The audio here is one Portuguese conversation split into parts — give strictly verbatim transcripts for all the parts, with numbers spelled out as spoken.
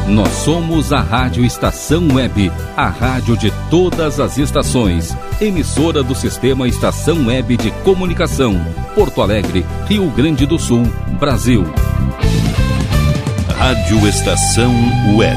Nós somos a Rádio Estação Web, a rádio de todas as estações. Emissora do Sistema Estação Web de Comunicação. Porto Alegre, Rio Grande do Sul, Brasil. Rádio Estação Web.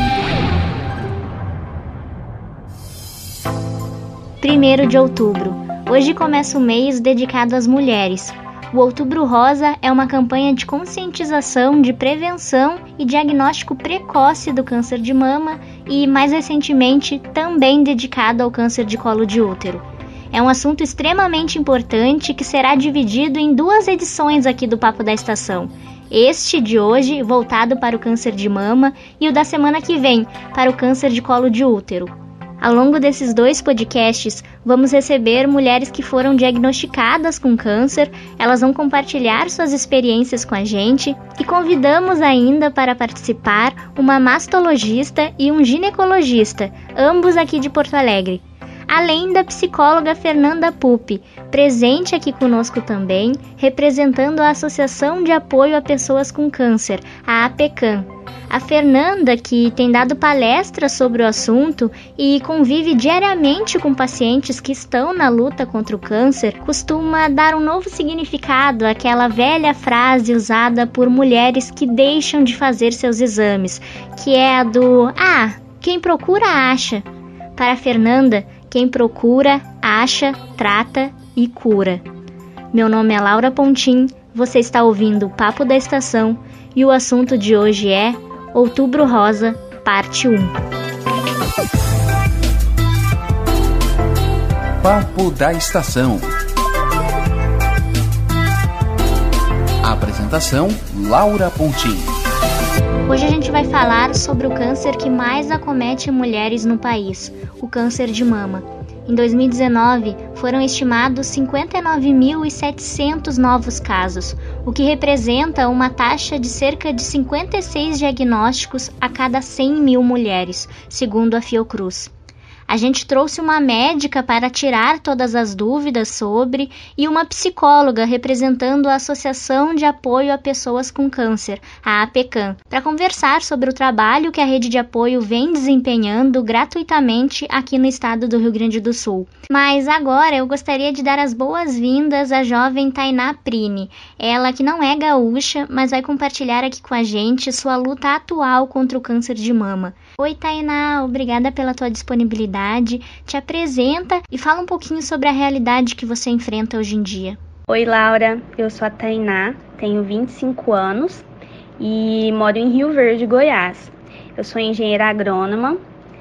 primeiro de outubro. Hoje começa o mês dedicado às mulheres. O Outubro Rosa é uma campanha de conscientização, de prevenção e diagnóstico precoce do câncer de mama e, mais recentemente, também dedicado ao câncer de colo de útero. É um assunto extremamente importante que será dividido em duas edições aqui do Papo da Estação. Este de hoje, voltado para o câncer de mama, e o da semana que vem, para o câncer de colo de útero. Ao longo desses dois podcasts, vamos receber mulheres que foram diagnosticadas com câncer, elas vão compartilhar suas experiências com a gente e convidamos ainda para participar uma mastologista e um ginecologista, ambos aqui de Porto Alegre. Além da psicóloga Fernanda Pupi, presente aqui conosco também, representando a Associação de Apoio a Pessoas com Câncer, a APECAM. A Fernanda, que tem dado palestras sobre o assunto e convive diariamente com pacientes que estão na luta contra o câncer, costuma dar um novo significado àquela velha frase usada por mulheres que deixam de fazer seus exames, que é a do "Ah, quem procura acha". Para a Fernanda, quem procura, acha, trata e cura. Meu nome é Laura Pontim, você está ouvindo o Papo da Estação e o assunto de hoje é Outubro Rosa, parte um. Papo da Estação. Apresentação: Laura Pontim. Hoje a gente vai falar sobre o câncer que mais acomete mulheres no país, o câncer de mama. Em dois mil e dezenove, foram estimados cinquenta e nove mil e setecentos novos casos, o que representa uma taxa de cerca de cinquenta e seis diagnósticos a cada cem mil mulheres, segundo a Fiocruz. A gente trouxe uma médica para tirar todas as dúvidas sobre e uma psicóloga representando a Associação de Apoio a Pessoas com Câncer, a APECAM, para conversar sobre o trabalho que a rede de apoio vem desempenhando gratuitamente aqui no estado do Rio Grande do Sul. Mas agora eu gostaria de dar as boas-vindas à jovem Tainá Prini, ela que não é gaúcha, mas vai compartilhar aqui com a gente sua luta atual contra o câncer de mama. Oi Tainá, obrigada pela tua disponibilidade. Te apresenta e fala um pouquinho sobre a realidade que você enfrenta hoje em dia. Oi Laura, eu sou a Tainá, tenho vinte e cinco anos e moro em Rio Verde, Goiás. Eu sou engenheira agrônoma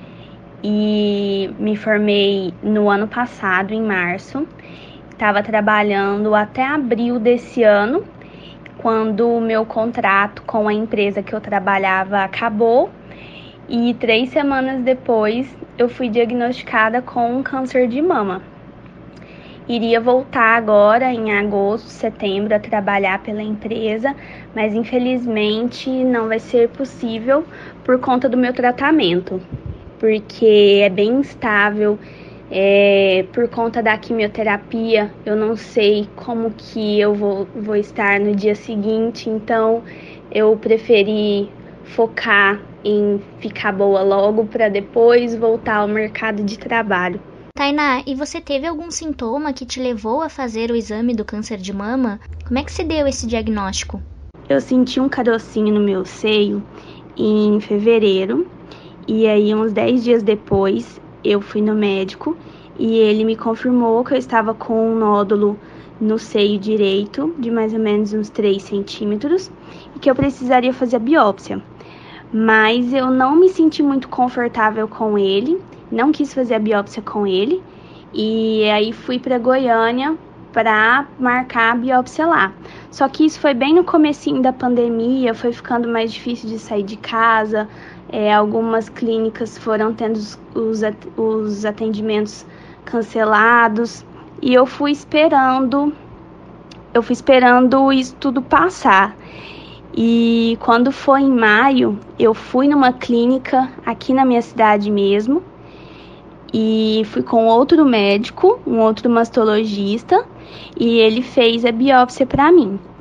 e me formei no ano passado, em março. Estava trabalhando até abril desse ano, quando o meu contrato com a empresa que eu trabalhava acabou. E três semanas depois eu fui diagnosticada com um câncer de mama. Iria voltar agora em agosto, setembro a trabalhar pela empresa, mas infelizmente não vai ser possível por conta do meu tratamento, porque é bem instável, é, por conta da quimioterapia, eu não sei como que eu vou, vou estar no dia seguinte, então eu preferi focar em ficar boa logo para depois voltar ao mercado de trabalho. Tainá, e você teve algum sintoma que te levou a fazer o exame do câncer de mama? Como é que se deu esse diagnóstico? Eu senti um carocinho no meu seio em fevereiro e aí uns dez dias depois eu fui no médico e ele me confirmou que eu estava com um nódulo no seio direito de mais ou menos uns três centímetros e que eu precisaria fazer a biópsia. Mas eu não me senti muito confortável com ele, não quis fazer a biópsia com ele, e aí fui para Goiânia para marcar a biópsia lá. Só que isso foi bem no comecinho da pandemia, foi ficando mais difícil de sair de casa, é, algumas clínicas foram tendo os, os atendimentos cancelados, e eu fui esperando, eu fui esperando isso tudo passar. E quando foi em maio, eu fui numa clínica aqui na minha cidade mesmo e fui com outro médico, um outro mastologista, e ele fez a biópsia para mim.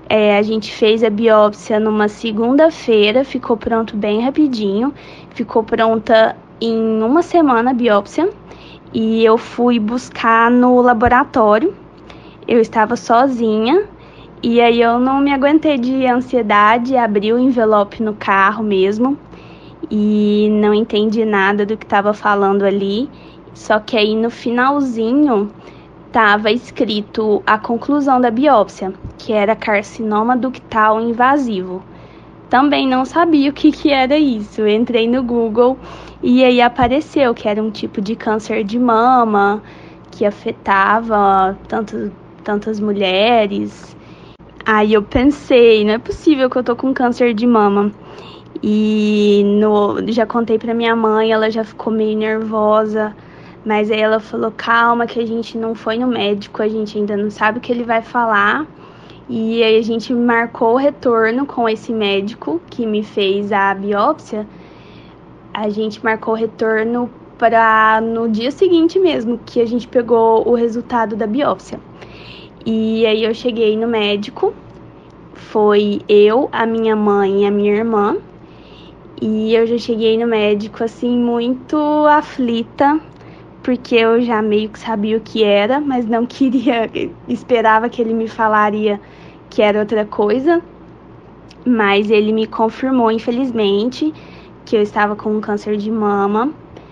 É, a gente fez a biópsia numa segunda-feira, ficou pronto bem rapidinho, ficou pronta em uma semana a biópsia, e eu fui buscar no laboratório. Eu estava sozinha, e aí eu não me aguentei de ansiedade, abri o envelope no carro mesmo, e não entendi nada do que estava falando ali, só que aí no finalzinho estava escrito a conclusão da biópsia, que era carcinoma ductal invasivo. Também não sabia o que, que era isso. Eu entrei no Google e aí apareceu que era um tipo de câncer de mama que afetava tanto, tantas mulheres. Aí eu pensei, não é possível que eu tô com câncer de mama. E no, já contei pra minha mãe, ela já ficou meio nervosa. Mas aí ela falou, calma, que a gente não foi no médico, a gente ainda não sabe o que ele vai falar. E aí a gente marcou o retorno com esse médico que me fez a biópsia. A gente marcou o retorno para no dia seguinte mesmo, que a gente pegou o resultado da biópsia. E aí eu cheguei no médico, foi eu, a minha mãe e a minha irmã. E eu já cheguei no médico assim muito aflita, porque eu já meio que sabia o que era, mas não queria, esperava que ele me falaria que era outra coisa. Mas ele me confirmou, infelizmente, que eu estava com um câncer de mama.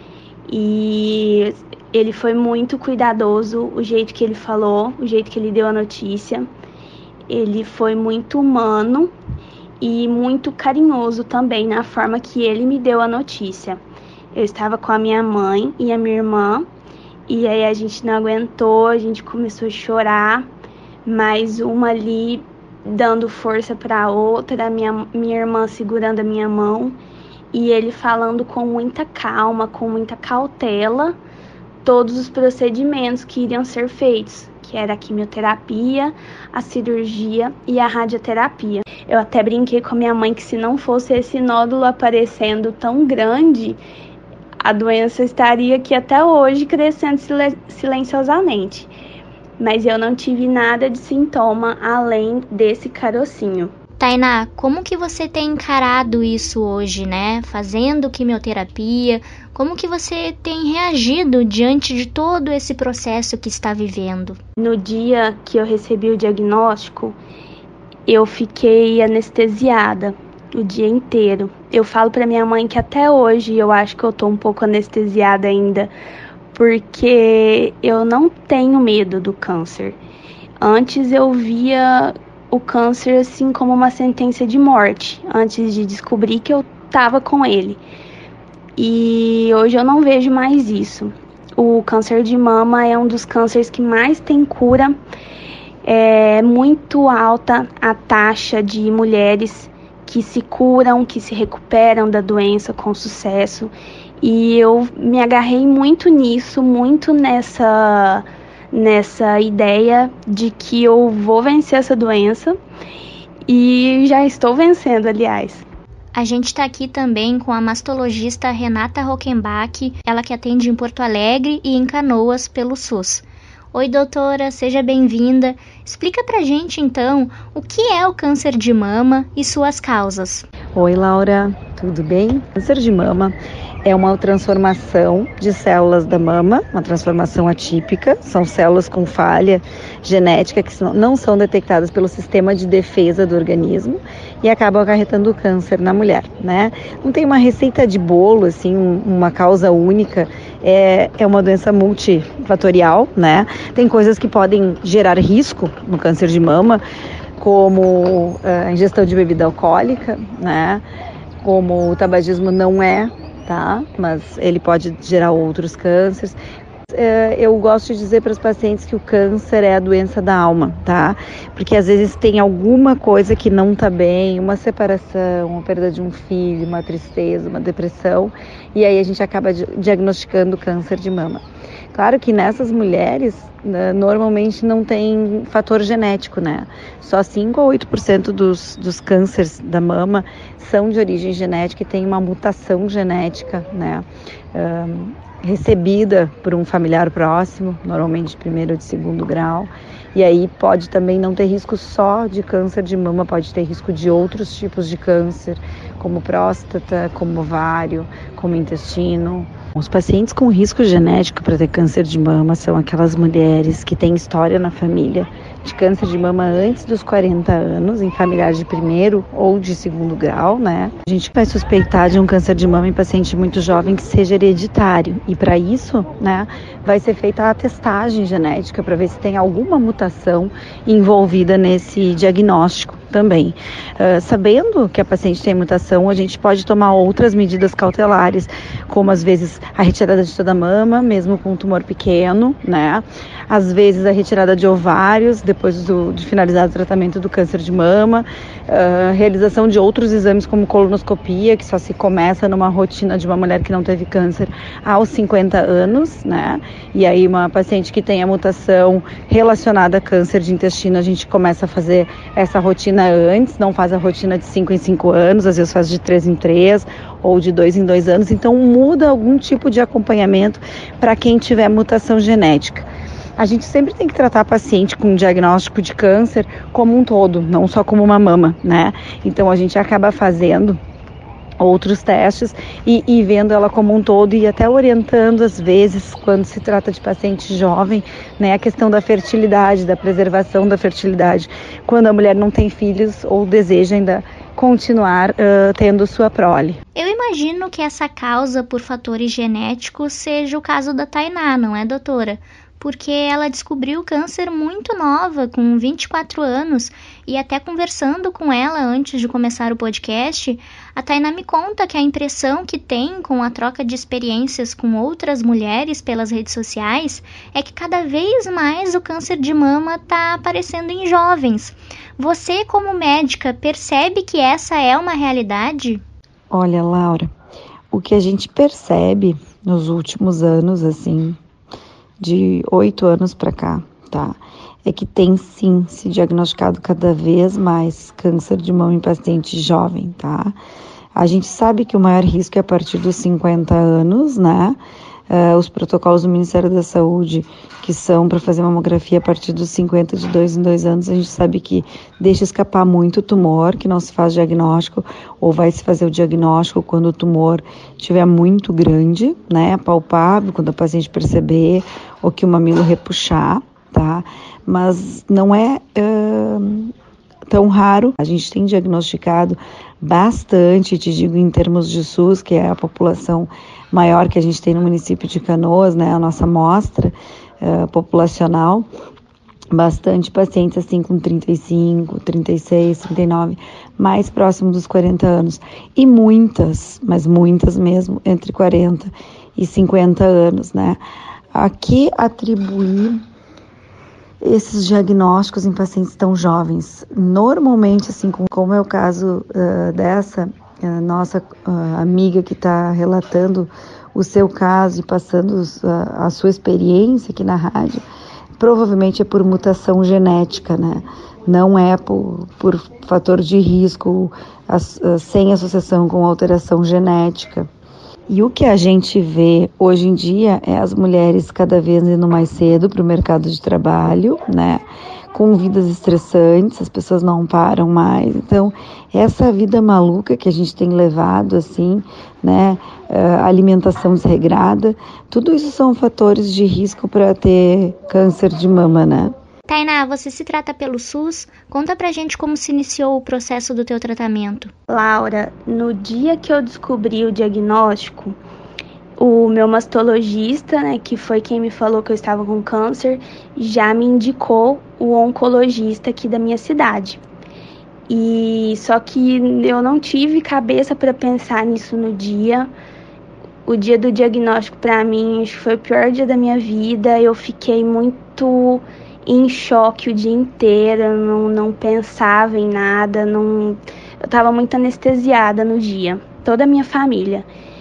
E ele foi muito cuidadoso, o jeito que ele falou, o jeito que ele deu a notícia. Ele foi muito humano e muito carinhoso também na forma que ele me deu a notícia. Eu estava com a minha mãe e a minha irmã, e aí a gente não aguentou, a gente começou a chorar, mas uma ali dando força para a outra, a minha, minha irmã segurando a minha mão, e ele falando com muita calma, com muita cautela, todos os procedimentos que iriam ser feitos, que era a quimioterapia, a cirurgia e a radioterapia. Eu até brinquei com a minha mãe que se não fosse esse nódulo aparecendo tão grande, a doença estaria aqui até hoje crescendo silenciosamente. Mas eu não tive nada de sintoma além desse carocinho. Tainá, como que você tem encarado isso hoje, né? Fazendo quimioterapia, como que você tem reagido diante de todo esse processo que está vivendo? No dia que eu recebi o diagnóstico, eu fiquei anestesiada o dia inteiro. Eu falo pra minha mãe que até hoje eu acho que eu tô um pouco anestesiada ainda, porque eu não tenho medo do câncer. Antes eu via o câncer assim como uma sentença de morte, antes de descobrir que eu tava com ele. E hoje eu não vejo mais isso. O câncer de mama é um dos cânceres que mais tem cura. É muito alta a taxa de mulheres que se curam, que se recuperam da doença com sucesso. E eu me agarrei muito nisso, muito nessa, nessa ideia de que eu vou vencer essa doença. E já estou vencendo, aliás. A gente está aqui também com a mastologista Renata Rockenbach, ela que atende em Porto Alegre e em Canoas pelo SUS. Oi, doutora, seja bem-vinda. Explica pra gente, então, o que é o câncer de mama e suas causas. Oi, Laura, tudo bem? Câncer de mama é uma transformação de células da mama, uma transformação atípica, são células com falha genética que não são detectadas pelo sistema de defesa do organismo e acabam acarretando câncer na mulher, né? Não tem uma receita de bolo, assim, uma causa única, é, é uma doença multifatorial, né? Tem coisas que podem gerar risco no câncer de mama, como a ingestão de bebida alcoólica, né? Como o tabagismo não é, tá? Mas ele pode gerar outros cânceres. Eu gosto de dizer para os pacientes que o câncer é a doença da alma, tá? Porque às vezes tem alguma coisa que não tá bem, uma separação, uma perda de um filho, uma tristeza, uma depressão, e aí a gente acaba diagnosticando câncer de mama. Claro que nessas mulheres, né, normalmente não tem fator genético, né? Só cinco a oito por cento dos, dos cânceres da mama são de origem genética e tem uma mutação genética, né? Um, recebida por um familiar próximo, normalmente de primeiro ou de segundo grau. E aí pode também não ter risco só de câncer de mama, pode ter risco de outros tipos de câncer, como próstata, como ovário, como intestino. Os pacientes com risco genético para ter câncer de mama são aquelas mulheres que têm história na família de câncer de mama antes dos quarenta anos, em familiares de primeiro ou de segundo grau, né? A gente vai suspeitar de um câncer de mama em paciente muito jovem que seja hereditário. E para isso, né, vai ser feita a testagem genética para ver se tem alguma mutação envolvida nesse diagnóstico também. Uh, sabendo que a paciente tem mutação, a gente pode tomar outras medidas cautelares, como às vezes a retirada de toda a mama, mesmo com um tumor pequeno, né? Às vezes a retirada de ovários, depois do, de finalizar o tratamento do câncer de mama, uh, realização de outros exames como colonoscopia, que só se começa numa rotina de uma mulher que não teve câncer aos cinquenta anos, né? E aí uma paciente que tem a mutação relacionada a câncer de intestino, a gente começa a fazer essa rotina antes, não faz a rotina de cinco em cinco anos, às vezes faz de três em três ou de dois em dois anos, então muda algum tipo de acompanhamento para quem tiver mutação genética. A gente sempre tem que tratar a paciente com diagnóstico de câncer como um todo, não só como uma mama, né? Então a gente acaba fazendo outros testes e, e vendo ela como um todo e até orientando às vezes, quando se trata de paciente jovem, né, a questão da fertilidade, da preservação da fertilidade, quando a mulher não tem filhos ou deseja ainda continuar uh, tendo sua prole. Eu imagino que essa causa por fatores genéticos seja o caso da Tainá, não é, doutora? Porque ela descobriu o câncer muito nova, com vinte e quatro anos, e até conversando com ela antes de começar o podcast, a Tainá me conta que a impressão que tem com a troca de experiências com outras mulheres pelas redes sociais é que cada vez mais o câncer de mama está aparecendo em jovens. Você, como médica, percebe que essa é uma realidade? Olha, Laura, o que a gente percebe nos últimos anos, assim, de oito anos para cá, tá? É que tem sim se diagnosticado cada vez mais câncer de mama em paciente jovem, tá? A gente sabe que o maior risco é a partir dos cinquenta anos, né? Uh, os protocolos do Ministério da Saúde, que são para fazer mamografia a partir dos cinquenta, de dois em dois anos, a gente sabe que deixa escapar muito tumor, que não se faz diagnóstico, ou vai se fazer o diagnóstico quando o tumor estiver muito grande, né, palpável, quando a paciente perceber, ou que o mamilo repuxar, tá? Mas não é uh, tão raro. A gente tem diagnosticado bastante, te digo em termos de SUS, que é a população maior que a gente tem no município de Canoas, né, a nossa amostra uh, populacional, bastante pacientes assim com trinta e cinco, trinta e seis, trinta e nove, mais próximo dos quarenta anos, e muitas, mas muitas mesmo, entre quarenta e cinquenta anos, né. Aqui atribuir esses diagnósticos em pacientes tão jovens, normalmente, assim, como é o caso uh, dessa uh, nossa uh, amiga que está relatando o seu caso e passando uh, a sua experiência aqui na rádio, provavelmente é por mutação genética, né? Não é por, por fator de risco as, uh, sem associação com alteração genética. E o que a gente vê hoje em dia é as mulheres cada vez indo mais cedo para o mercado de trabalho, né? Com vidas estressantes, as pessoas não param mais. Então, essa vida maluca que a gente tem levado, assim, né? Uh, alimentação desregrada, tudo isso são fatores de risco para ter câncer de mama, né? Tainá, você se trata pelo SUS? Conta pra gente como se iniciou o processo do teu tratamento. Laura, no dia que eu descobri o diagnóstico, o meu mastologista, né, que foi quem me falou que eu estava com câncer, já me indicou o oncologista aqui da minha cidade. E só que eu não tive cabeça para pensar nisso no dia. O dia do diagnóstico para mim acho que foi o pior dia da minha vida. Eu fiquei muito em choque o dia inteiro, não, não pensava em nada, não, eu estava muito anestesiada no dia, toda a minha família.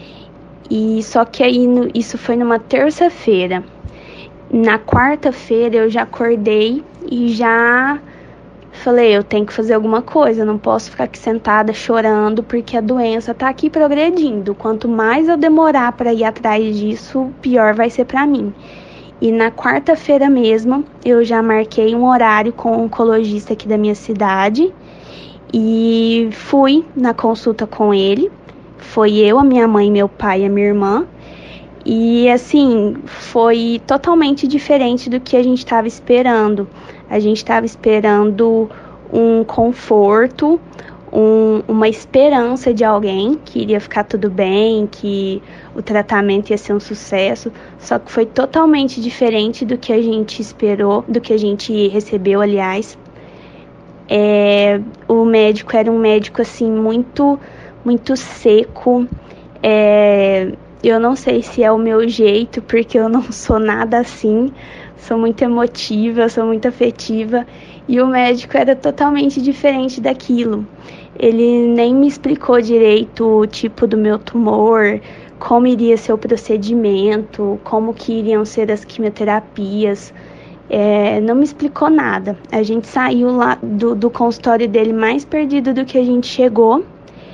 E só que aí no, isso foi numa terça-feira. Na quarta-feira eu já acordei e já falei, eu tenho que fazer alguma coisa, eu não posso ficar aqui sentada chorando porque a doença está aqui progredindo. Quanto mais eu demorar para ir atrás disso, pior vai ser para mim. E na quarta-feira mesmo, eu já marquei um horário com o oncologista aqui da minha cidade e fui na consulta com ele. Foi eu, a minha mãe, meu pai e a minha irmã. E assim, foi totalmente diferente do que a gente estava esperando. A gente estava esperando um conforto, um, uma esperança de alguém que iria ficar tudo bem, que o tratamento ia ser um sucesso. Só que foi totalmente diferente do que a gente esperou, do que a gente recebeu, aliás. É, o médico era um médico assim muito, muito seco. É, eu não sei se é o meu jeito, porque eu não sou nada assim. Sou muito emotiva, sou muito afetiva. E o médico era totalmente diferente daquilo. Ele nem me explicou direito o tipo do meu tumor, como iria ser o procedimento, como que iriam ser as quimioterapias. É, não me explicou nada. A gente saiu lá do, do consultório dele mais perdido do que a gente chegou.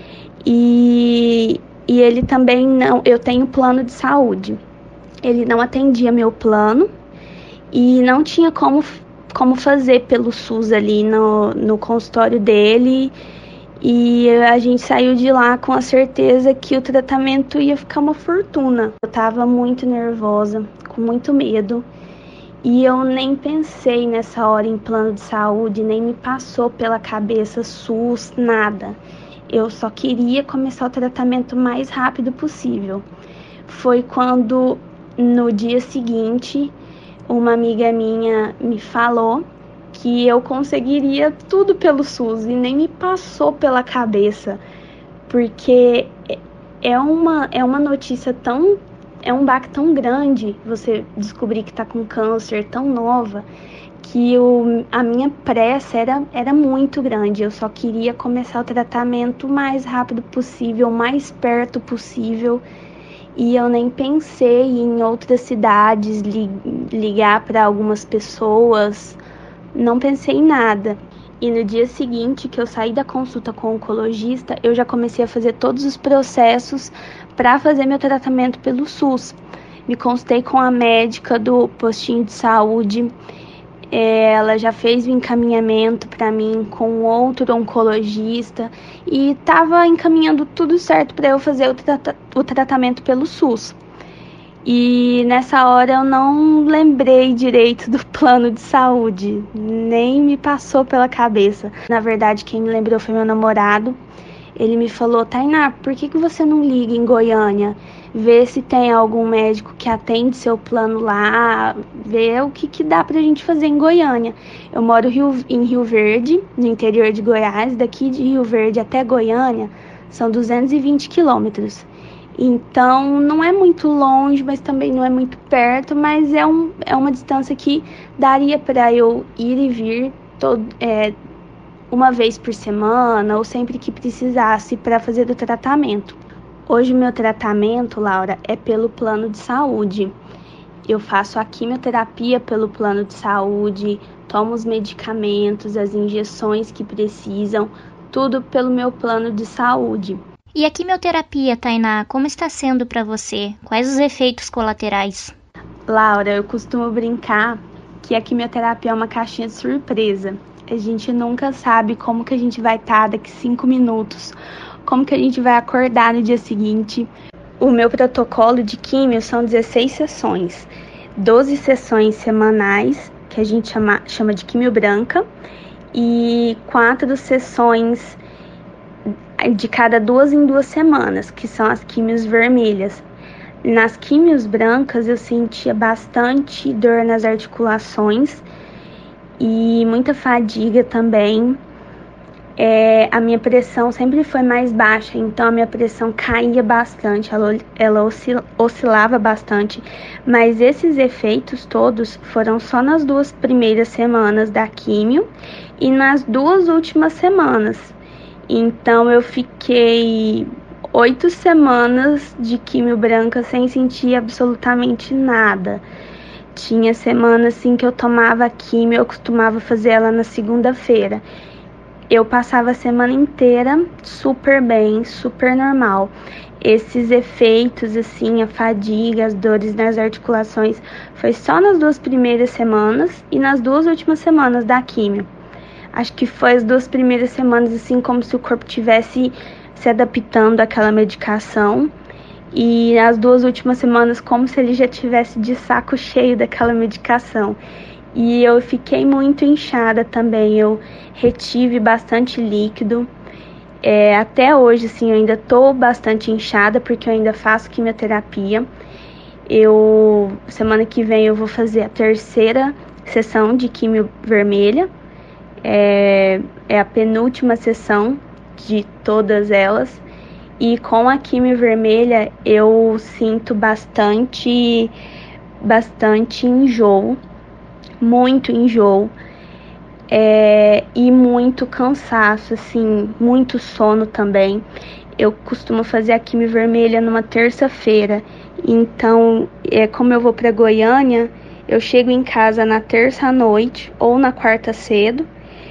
E, e ele também não... Eu tenho plano de saúde. Ele não atendia meu plano e não tinha como, como fazer pelo SUS ali no, no consultório dele. E a gente saiu de lá com a certeza que o tratamento ia ficar uma fortuna. Eu tava muito nervosa, com muito medo. E eu nem pensei nessa hora em plano de saúde, nem me passou pela cabeça SUS, nada. Eu só queria começar o tratamento o mais rápido possível. Foi quando, no dia seguinte, uma amiga minha me falou que eu conseguiria tudo pelo SUS e nem me passou pela cabeça, porque é uma, é uma notícia tão... É um baque tão grande você descobrir que tá com câncer, tão nova, que o, a minha pressa era, era muito grande. Eu só queria começar o tratamento o mais rápido possível, o mais perto possível. E eu nem pensei em outras cidades, li, ligar para algumas pessoas, não pensei em nada. E no dia seguinte que eu saí da consulta com o oncologista, eu já comecei a fazer todos os processos para fazer meu tratamento pelo SUS. Me consultei com a médica do postinho de saúde, ela já fez o encaminhamento para mim com outro oncologista e estava encaminhando tudo certo para eu fazer o, tra- o tratamento pelo SUS. E nessa hora eu não lembrei direito do plano de saúde, nem me passou pela cabeça. Na verdade, quem me lembrou foi meu namorado. Ele me falou: Tainá, por que, que você não liga em Goiânia? Vê se tem algum médico que atende seu plano lá, vê o que, que dá pra gente fazer em Goiânia. Eu moro Rio, em Rio Verde, no interior de Goiás. Daqui de Rio Verde até Goiânia são duzentos e vinte quilômetros. Então, não é muito longe, mas também não é muito perto, mas é, um, é uma distância que daria para eu ir e vir todo, é, uma vez por semana ou sempre que precisasse para fazer o tratamento. Hoje, meu tratamento, Laura, é pelo plano de saúde. Eu faço a quimioterapia pelo plano de saúde, tomo os medicamentos, as injeções que precisam, tudo pelo meu plano de saúde. E a quimioterapia, Tainá, como está sendo para você? Quais os efeitos colaterais? Laura, eu costumo brincar que a quimioterapia é uma caixinha de surpresa. A gente nunca sabe como que a gente vai estar daqui cinco minutos, como que a gente vai acordar no dia seguinte. O meu protocolo de químio são dezesseis sessões, doze sessões semanais, que a gente chama, chama de químio branca, e quatro sessões de cada duas em duas semanas, que são as químios vermelhas. Nas químios brancas eu sentia bastante dor nas articulações e muita fadiga também. É, a minha pressão sempre foi mais baixa, então a minha pressão caía bastante, ela, ela oscil, oscilava bastante, mas esses efeitos todos foram só nas duas primeiras semanas da químio e nas duas últimas semanas. Então eu fiquei oito semanas de químio branca sem sentir absolutamente nada. Tinha semana assim que eu tomava químio, eu costumava fazer ela na segunda-feira. Eu passava a semana inteira super bem, super normal. Esses efeitos, assim, a fadiga, as dores nas articulações, Foi só nas duas primeiras semanas e nas duas últimas semanas da químio. Acho que foi as duas primeiras semanas, assim, como se o corpo tivesse se adaptando àquela medicação. E as duas últimas semanas, como se ele já tivesse de saco cheio daquela medicação. E eu fiquei muito inchada também, eu retive bastante líquido. É, até hoje, assim, eu ainda tô bastante inchada, porque eu ainda faço quimioterapia. Eu, semana que vem eu vou fazer a terceira sessão de quimio vermelha. É, é a penúltima sessão de todas elas. E com a quimio vermelha eu sinto bastante, bastante enjoo, muito enjoo, é, e muito cansaço, assim, muito sono também. Eu costumo fazer a quimio vermelha numa terça-feira, então, é, como eu vou para Goiânia, eu chego em casa na terça à noite ou na quarta cedo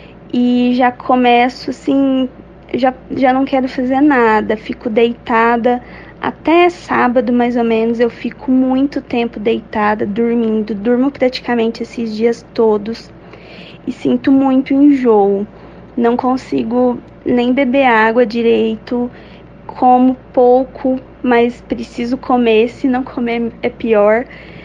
e já começo, assim, já, já não quero fazer nada, fico deitada até sábado mais ou menos, eu fico muito tempo deitada, dormindo, durmo praticamente esses dias todos e sinto muito enjoo, não consigo nem beber água direito, como pouco, mas preciso comer, se não comer é pior,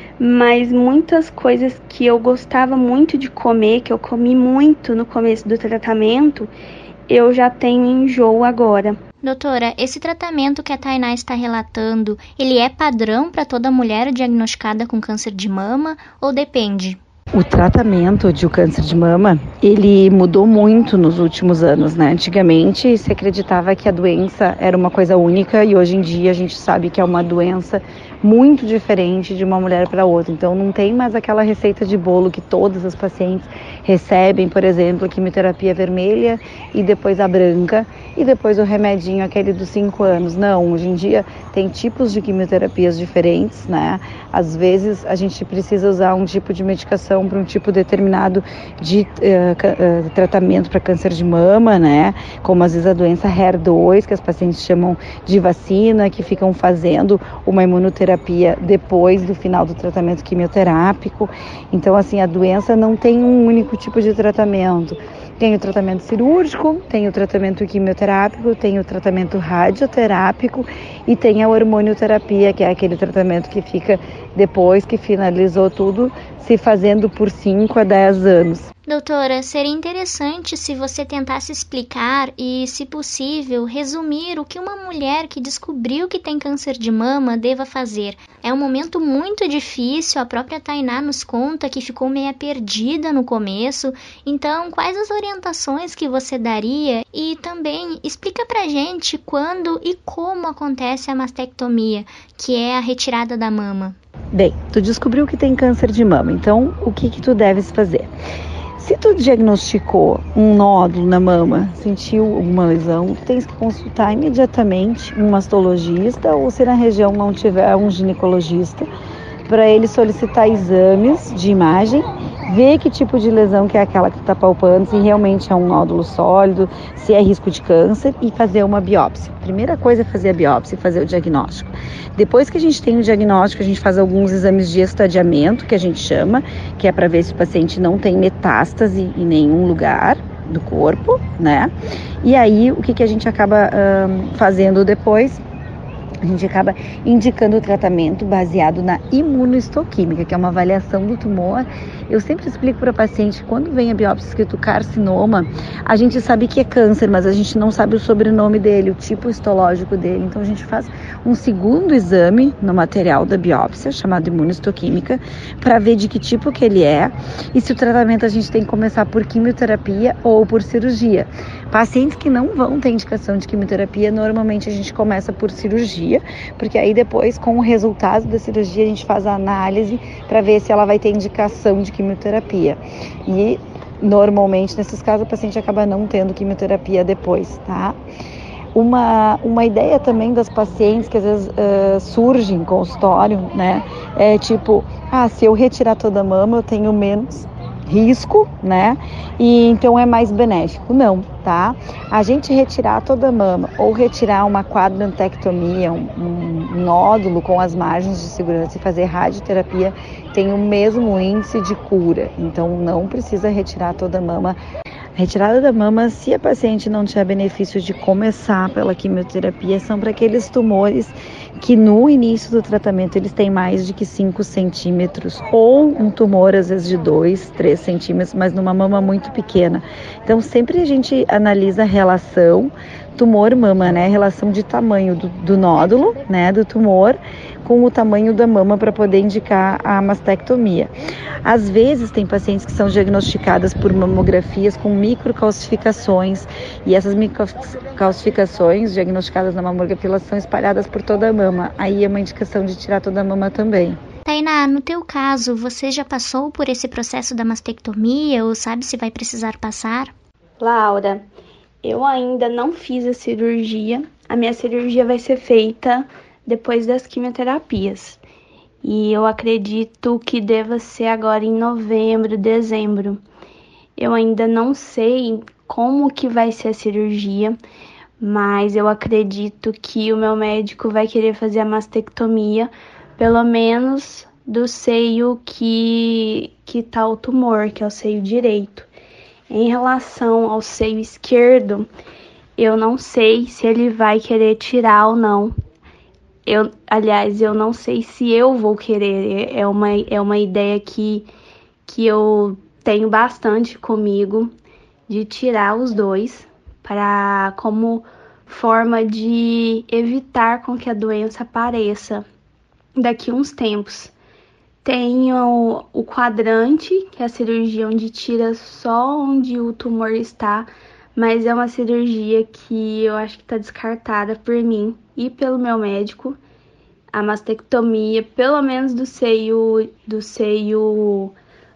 mas muitas coisas que eu gostava muito de comer, que eu comi muito no começo do tratamento, eu já tenho enjoo agora. Doutora, esse tratamento que a Tainá está relatando, ele é padrão para toda mulher diagnosticada com câncer de mama ou depende? O tratamento de o câncer de mama, ele mudou muito nos últimos anos, né? Antigamente se acreditava que a doença era uma coisa única e hoje em dia a gente sabe que é uma doença muito diferente de uma mulher para outra. Então não tem mais aquela receita de bolo que todas as pacientes recebem, por exemplo, quimioterapia vermelha e depois a branca e depois o remedinho aquele dos cinco anos. Não, hoje em dia tem tipos de quimioterapias diferentes, né? Às vezes a gente precisa usar um tipo de medicação para um tipo determinado de uh, uh, tratamento para câncer de mama, né? Como às vezes a doença H E R dois, que as pacientes chamam de vacina, que ficam fazendo uma imunoterapia depois do final do tratamento quimioterápico. Então, assim, a doença não tem um único tipo de tratamento. Tem o tratamento cirúrgico, tem o tratamento quimioterápico, tem o tratamento radioterápico e tem a hormonioterapia, que é aquele tratamento que fica depois que finalizou tudo, se fazendo por cinco a dez anos. Doutora, seria interessante se você tentasse explicar e, se possível, resumir o que uma mulher que descobriu que tem câncer de mama deva fazer. É um momento muito difícil, a própria Tainá nos conta que ficou meio perdida no começo. Então, quais as orientações que você daria? E também explica pra gente quando e como acontece a mastectomia, que é a retirada da mama. Bem, tu descobriu que tem câncer de mama, então o que que tu deves fazer? Se tu diagnosticou um nódulo na mama, sentiu alguma lesão, tu tens que consultar imediatamente um mastologista ou, se na região não tiver, um ginecologista, para ele solicitar exames de imagem, ver que tipo de lesão que é aquela que tu está palpando, se realmente é um nódulo sólido, se é risco de câncer, e fazer uma biópsia. A primeira coisa é fazer a biópsia e fazer o diagnóstico. Depois que a gente tem o diagnóstico, a gente faz alguns exames de estadiamento, que a gente chama, que é para ver se o paciente não tem metástase em nenhum lugar do corpo, né? E aí, o que, que a gente acaba hum, fazendo depois? A gente acaba indicando o tratamento baseado na imunohistoquímica, que é uma avaliação do tumor. Eu sempre explico para o paciente, quando vem a biópsia escrito carcinoma, a gente sabe que é câncer, mas a gente não sabe o sobrenome dele, o tipo histológico dele. Então a gente faz um segundo exame no material da biópsia, chamado imunohistoquímica, para ver de que tipo que ele é e se o tratamento a gente tem que começar por quimioterapia ou por cirurgia. Pacientes que não vão ter indicação de quimioterapia, normalmente a gente começa por cirurgia, porque aí depois, com o resultado da cirurgia, a gente faz a análise para ver se ela vai ter indicação de quimioterapia. E normalmente, nesses casos, o paciente acaba não tendo quimioterapia depois, tá? Uma, uma ideia também das pacientes que às vezes uh, surge em consultório, né? É tipo, ah, se eu retirar toda a mama, eu tenho menos risco, né? E então é mais benéfico. Não, tá? A gente retirar toda a mama ou retirar uma quadrantectomia, um, um nódulo com as margens de segurança e fazer radioterapia tem o mesmo índice de cura. Então não precisa retirar toda a mama. A retirada da mama, se a paciente não tiver benefício de começar pela quimioterapia, são para aqueles tumores que no início do tratamento eles têm mais de que cinco centímetros, ou um tumor às vezes de dois, três centímetros, mas numa mama muito pequena. Então sempre a gente analisa a relação tumor-mama, né? A relação de tamanho do, do nódulo, né? Do tumor, com o tamanho da mama para poder indicar a mastectomia. Às vezes tem pacientes que são diagnosticadas por mamografias com microcalcificações, e essas microcalcificações diagnosticadas na mamografia elas são espalhadas por toda a mama. Aí é uma indicação de tirar toda a mama também. Tainá, no teu caso, você já passou por esse processo da mastectomia ou sabe se vai precisar passar? Laura, eu ainda não fiz a cirurgia. A minha cirurgia vai ser feita depois das quimioterapias. E eu acredito que deva ser agora em novembro, dezembro. Eu ainda não sei como que vai ser a cirurgia, mas eu acredito que o meu médico vai querer fazer a mastectomia, pelo menos do seio que que tá o tumor, que é o seio direito. Em relação ao seio esquerdo, eu não sei se ele vai querer tirar ou não. Eu, aliás, eu não sei se eu vou querer. É uma, é uma ideia que, que eu tenho bastante comigo, de tirar os dois, para como forma de evitar com que a doença apareça daqui a uns tempos. Tenho o quadrante, que é a cirurgia onde tira só onde o tumor está, mas é uma cirurgia que eu acho que está descartada por mim e pelo meu médico. A mastectomia, pelo menos do seio, do seio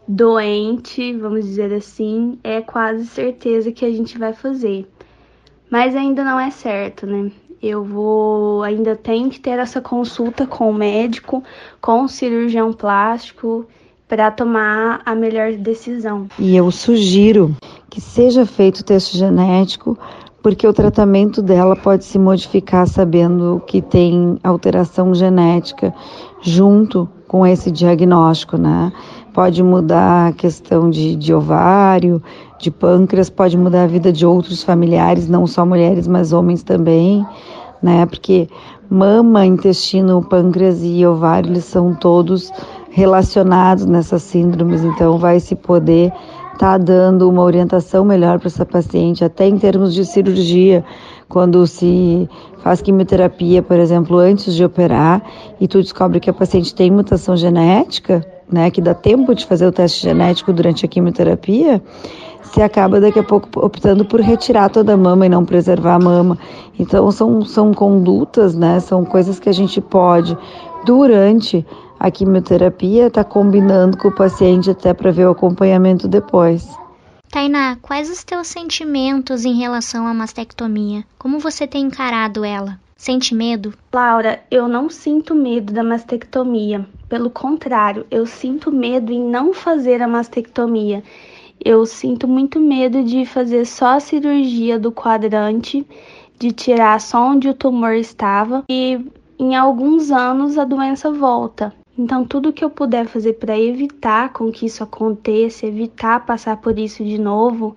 doente, vamos dizer assim, é quase certeza que a gente vai fazer. Mas ainda não é certo, né? Eu vou, ainda tenho que ter essa consulta com o médico, com o cirurgião plástico, para tomar a melhor decisão. E eu sugiro que seja feito o teste genético, porque o tratamento dela pode se modificar sabendo que tem alteração genética junto com esse diagnóstico, né? Pode mudar a questão de, de ovário, de pâncreas, pode mudar a vida de outros familiares, não só mulheres, mas homens também, né? Porque mama, intestino, pâncreas e ovário, eles são todos relacionados nessas síndromes, então vai se poder estar tá dando uma orientação melhor para essa paciente, até em termos de cirurgia, quando se faz quimioterapia, por exemplo, antes de operar, e tu descobre que a paciente tem mutação genética, né, que dá tempo de fazer o teste genético durante a quimioterapia, você acaba daqui a pouco optando por retirar toda a mama e não preservar a mama. Então são, são condutas, né, são coisas que a gente pode, durante a quimioterapia, tá combinando com o paciente até para ver o acompanhamento depois. Tainá, quais os teus sentimentos em relação à mastectomia? Como você tem encarado ela? Sente medo? Laura, eu não sinto medo da mastectomia. Pelo contrário, eu sinto medo em não fazer a mastectomia. Eu sinto muito medo de fazer só a cirurgia do quadrante, de tirar só onde o tumor estava, e em alguns anos a doença volta. Então, tudo que eu puder fazer para evitar com que isso aconteça, evitar passar por isso de novo,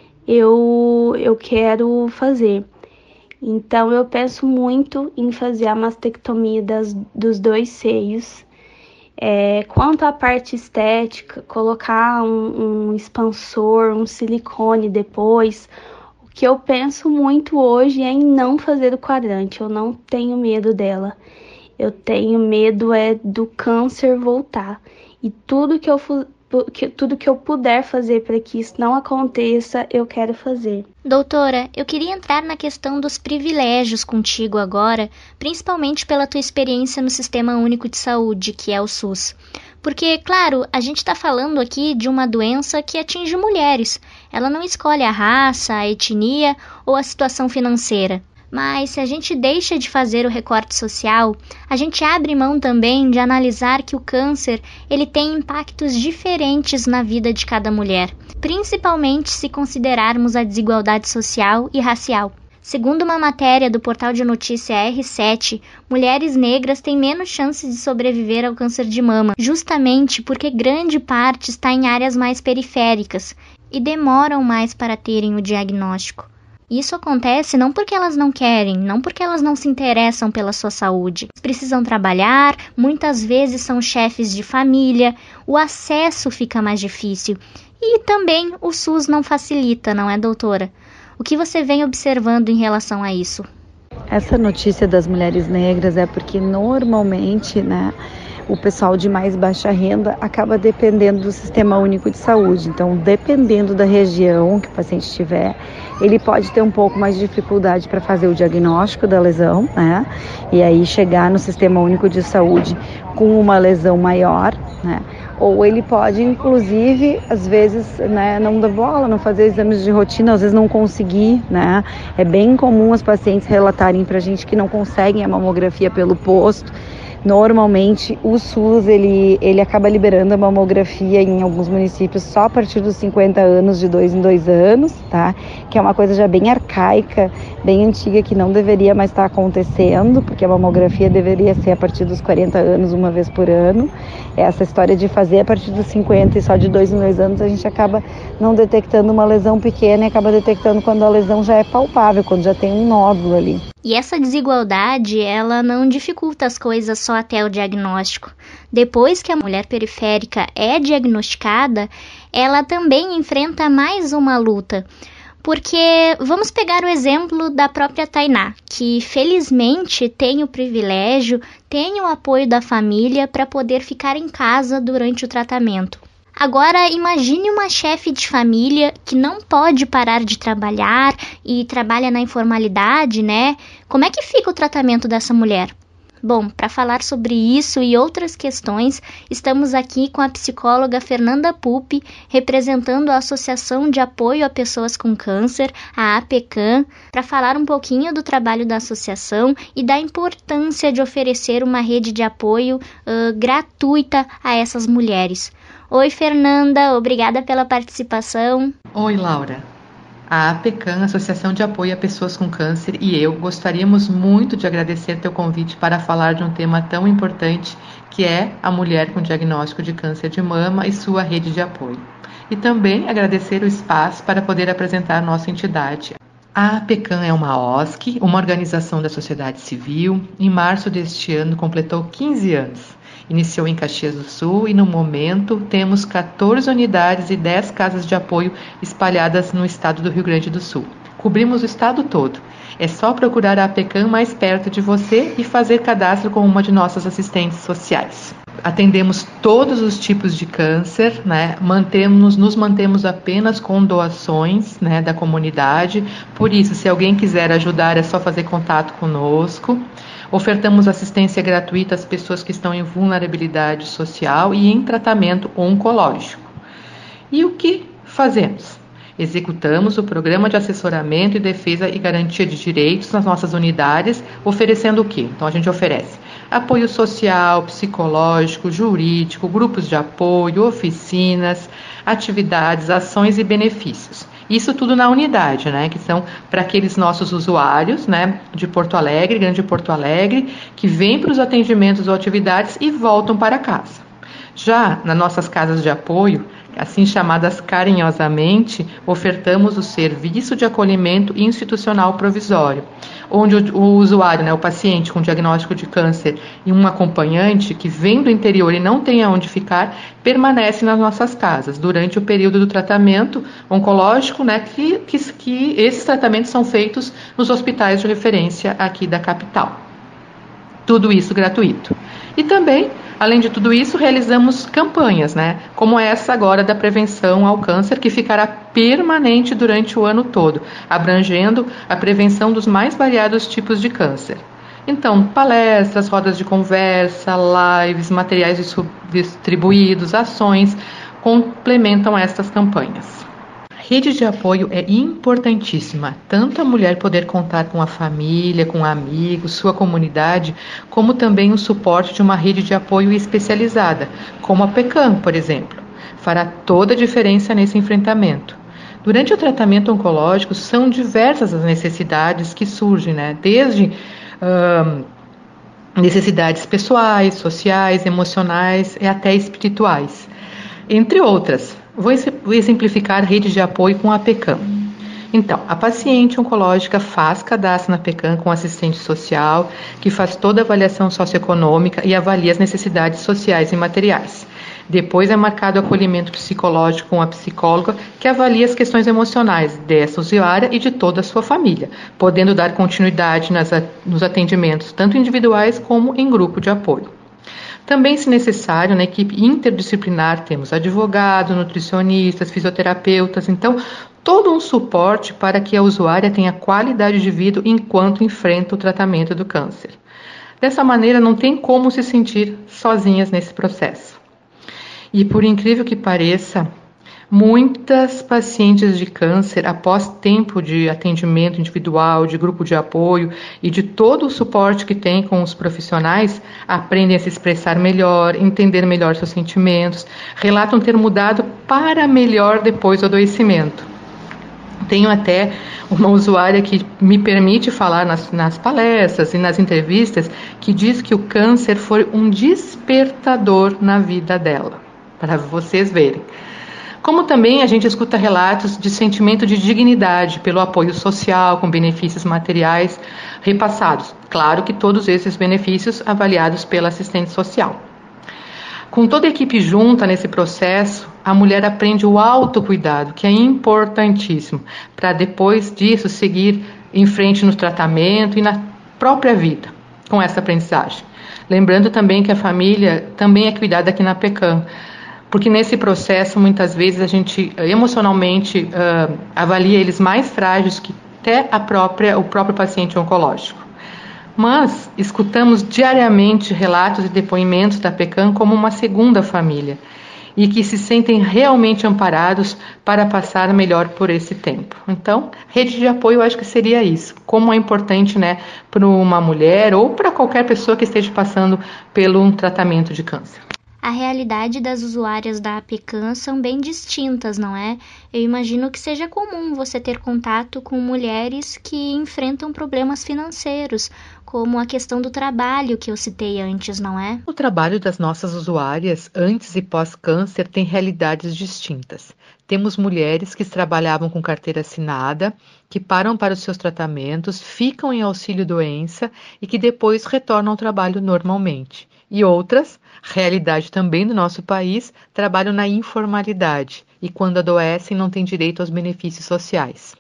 eu, eu quero fazer. Então, eu penso muito em fazer a mastectomia das, dos dois seios. É, quanto à parte estética, colocar um, um expansor, um silicone depois, o que eu penso muito hoje é em não fazer o quadrante. Eu não tenho medo dela. Eu tenho medo é do câncer voltar. E tudo que eu, que, tudo que eu puder fazer para que isso não aconteça, eu quero fazer. Doutora, eu queria entrar na questão dos privilégios contigo agora, principalmente pela tua experiência no Sistema Único de Saúde, que é o SUS. Porque, claro, a gente está falando aqui de uma doença que atinge mulheres. Ela não escolhe a raça, a etnia ou a situação financeira. Mas se a gente deixa de fazer o recorte social, a gente abre mão também de analisar que o câncer ele tem impactos diferentes na vida de cada mulher, principalmente se considerarmos a desigualdade social e racial. Segundo uma matéria do portal de notícia R sete, mulheres negras têm menos chances de sobreviver ao câncer de mama, justamente porque grande parte está em áreas mais periféricas e demoram mais para terem o diagnóstico. Isso acontece não porque elas não querem, não porque elas não se interessam pela sua saúde. Elas precisam trabalhar, muitas vezes são chefes de família, o acesso fica mais difícil. E também o SUS não facilita, não é, doutora? O que você vem observando em relação a isso? Essa notícia das mulheres negras é porque normalmente, né, o pessoal de mais baixa renda acaba dependendo do Sistema Único de Saúde. Então, dependendo da região que o paciente estiver, ele pode ter um pouco mais de dificuldade para fazer o diagnóstico da lesão, né? E aí chegar no Sistema Único de Saúde com uma lesão maior, né? Ou ele pode, inclusive, às vezes, né, não dar bola, não fazer exames de rotina, às vezes não conseguir, né? É bem comum as pacientes relatarem para a gente que não conseguem a mamografia pelo posto. Normalmente o SUS ele, ele acaba liberando a mamografia em alguns municípios só a partir dos cinquenta anos, de dois em dois anos, tá? Que é uma coisa já bem arcaica, bem antiga, que não deveria mais estar acontecendo, porque a mamografia deveria ser a partir dos quarenta anos, uma vez por ano. Essa história de fazer a partir dos cinquenta e só de dois em dois anos, a gente acaba não detectando uma lesão pequena e acaba detectando quando a lesão já é palpável, quando já tem um nódulo ali. E essa desigualdade, ela não dificulta as coisas só até o diagnóstico. Depois que a mulher periférica é diagnosticada, ela também enfrenta mais uma luta. Porque vamos pegar o exemplo da própria Tainá, que felizmente tem o privilégio, tem o apoio da família para poder ficar em casa durante o tratamento. Agora, imagine uma chefe de família que não pode parar de trabalhar e trabalha na informalidade, né? Como é que fica o tratamento dessa mulher? Bom, para falar sobre isso e outras questões, estamos aqui com a psicóloga Fernanda Pupi, representando a Associação de Apoio a Pessoas com Câncer, a APECAM, para falar um pouquinho do trabalho da associação e da importância de oferecer uma rede de apoio uh, gratuita a essas mulheres. Oi, Fernanda, obrigada pela participação. Oi, Laura. A APECAM, Associação de Apoio a Pessoas com Câncer, e eu gostaríamos muito de agradecer teu convite para falar de um tema tão importante que é a mulher com diagnóstico de câncer de mama e sua rede de apoio. E também agradecer o espaço para poder apresentar nossa entidade. A APECAM é uma O S C, uma organização da sociedade civil. Em março deste ano completou quinze anos. Iniciou em Caxias do Sul e, no momento, temos quatorze unidades e dez casas de apoio espalhadas no estado do Rio Grande do Sul. Cobrimos o estado todo. É só procurar a APECAM mais perto de você e fazer cadastro com uma de nossas assistentes sociais. Atendemos todos os tipos de câncer, né? Mantemos, nos mantemos apenas com doações, né, da comunidade. Por isso, se alguém quiser ajudar, é só fazer contato conosco. Ofertamos assistência gratuita às pessoas que estão em vulnerabilidade social e em tratamento oncológico. E o que fazemos? Executamos o programa de assessoramento e defesa e garantia de direitos nas nossas unidades, oferecendo o quê? Então, a gente oferece apoio social, psicológico, jurídico, grupos de apoio, oficinas, atividades, ações e benefícios. Isso tudo na unidade, né, que são para aqueles nossos usuários, né, de Porto Alegre, Grande Porto Alegre, que vêm para os atendimentos ou atividades e voltam para casa. Já nas nossas casas de apoio, assim chamadas carinhosamente, ofertamos o serviço de acolhimento institucional provisório, onde o, o usuário, né, o paciente com diagnóstico de câncer e um acompanhante que vem do interior e não tem aonde ficar, permanece nas nossas casas durante o período do tratamento oncológico, né, que, que, que esses tratamentos são feitos nos hospitais de referência aqui da capital. Tudo isso gratuito. E também, além de tudo isso, realizamos campanhas, né, como essa agora da prevenção ao câncer, que ficará permanente durante o ano todo, abrangendo a prevenção dos mais variados tipos de câncer. Então, palestras, rodas de conversa, lives, materiais distribuídos, ações, complementam estas campanhas. Rede de apoio é importantíssima, tanto a mulher poder contar com a família, com amigos, sua comunidade, como também o suporte de uma rede de apoio especializada, como a PECAM, por exemplo. Fará toda a diferença nesse enfrentamento. Durante o tratamento oncológico, são diversas as necessidades que surgem, né? Desde hum, necessidades pessoais, sociais, emocionais e até espirituais, entre outras. Vou exemplificar a rede de apoio com a PECAM. Então, a paciente oncológica faz cadastro na PECAM com assistente social, que faz toda a avaliação socioeconômica e avalia as necessidades sociais e materiais. Depois é marcado o acolhimento psicológico com a psicóloga, que avalia as questões emocionais dessa usuária e de toda a sua família, podendo dar continuidade nas, nos atendimentos, tanto individuais como em grupo de apoio. Também, se necessário, na equipe interdisciplinar, temos advogados, nutricionistas, fisioterapeutas, então, todo um suporte para que a usuária tenha qualidade de vida enquanto enfrenta o tratamento do câncer. Dessa maneira, não tem como se sentir sozinhas nesse processo. E por incrível que pareça, muitas pacientes de câncer, após tempo de atendimento individual, de grupo de apoio e de todo o suporte que tem com os profissionais, aprendem a se expressar melhor, entender melhor seus sentimentos, relatam ter mudado para melhor depois do adoecimento. Tenho até uma usuária que me permite falar nas, nas palestras e nas entrevistas, que diz que o câncer foi um despertador na vida dela, para vocês verem. Como também a gente escuta relatos de sentimento de dignidade pelo apoio social, com benefícios materiais repassados. Claro que todos esses benefícios avaliados pela assistente social. Com toda a equipe junta nesse processo, a mulher aprende o autocuidado, que é importantíssimo, para depois disso seguir em frente no tratamento e na própria vida, com essa aprendizagem. Lembrando também que a família também é cuidada aqui na PECAM, porque nesse processo, muitas vezes, a gente emocionalmente uh, avalia eles mais frágeis que até a própria, o próprio paciente oncológico. Mas escutamos diariamente relatos e depoimentos da PECAM como uma segunda família e que se sentem realmente amparados para passar melhor por esse tempo. Então, rede de apoio, eu acho que seria isso. Como é importante, né, para uma mulher ou para qualquer pessoa que esteja passando pelo um tratamento de câncer. A realidade das usuárias da PECAM são bem distintas, não é? Eu imagino que seja comum você ter contato com mulheres que enfrentam problemas financeiros, como a questão do trabalho que eu citei antes, não é? O trabalho das nossas usuárias antes e pós-câncer tem realidades distintas. Temos mulheres que trabalhavam com carteira assinada, que param para os seus tratamentos, ficam em auxílio-doença e que depois retornam ao trabalho normalmente. E outras, realidade também do nosso país, trabalham na informalidade e quando adoecem não têm direito aos benefícios sociais.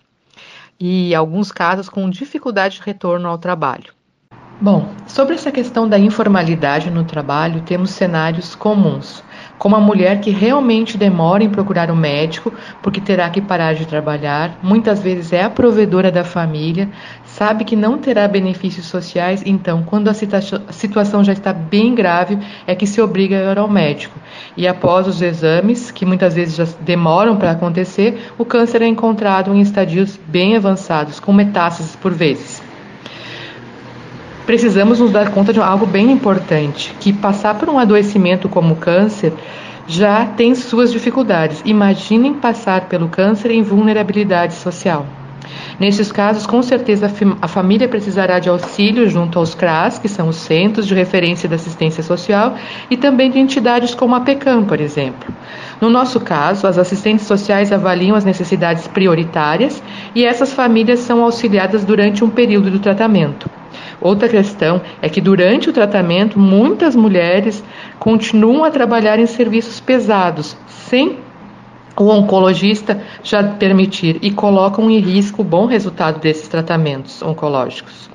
E alguns casos com dificuldade de retorno ao trabalho. Bom, sobre essa questão da informalidade no trabalho, temos cenários comuns, como a mulher que realmente demora em procurar um médico porque terá que parar de trabalhar, muitas vezes é a provedora da família, sabe que não terá benefícios sociais, então quando a situação já está bem grave é que se obriga a ir ao médico. E após os exames, que muitas vezes já demoram para acontecer, o câncer é encontrado em estadios bem avançados, com metástases por vezes. Precisamos nos dar conta de algo bem importante, que passar por um adoecimento como o câncer já tem suas dificuldades. Imaginem passar pelo câncer em vulnerabilidade social. Nesses casos, com certeza, a família precisará de auxílio junto aos C R A S, que são os Centros de Referência da Assistência Social, e também de entidades como a PECAM, por exemplo. No nosso caso, as assistentes sociais avaliam as necessidades prioritárias e essas famílias são auxiliadas durante um período do tratamento. Outra questão é que durante o tratamento, muitas mulheres continuam a trabalhar em serviços pesados, sem o oncologista já permitir, e colocam em risco o bom resultado desses tratamentos oncológicos.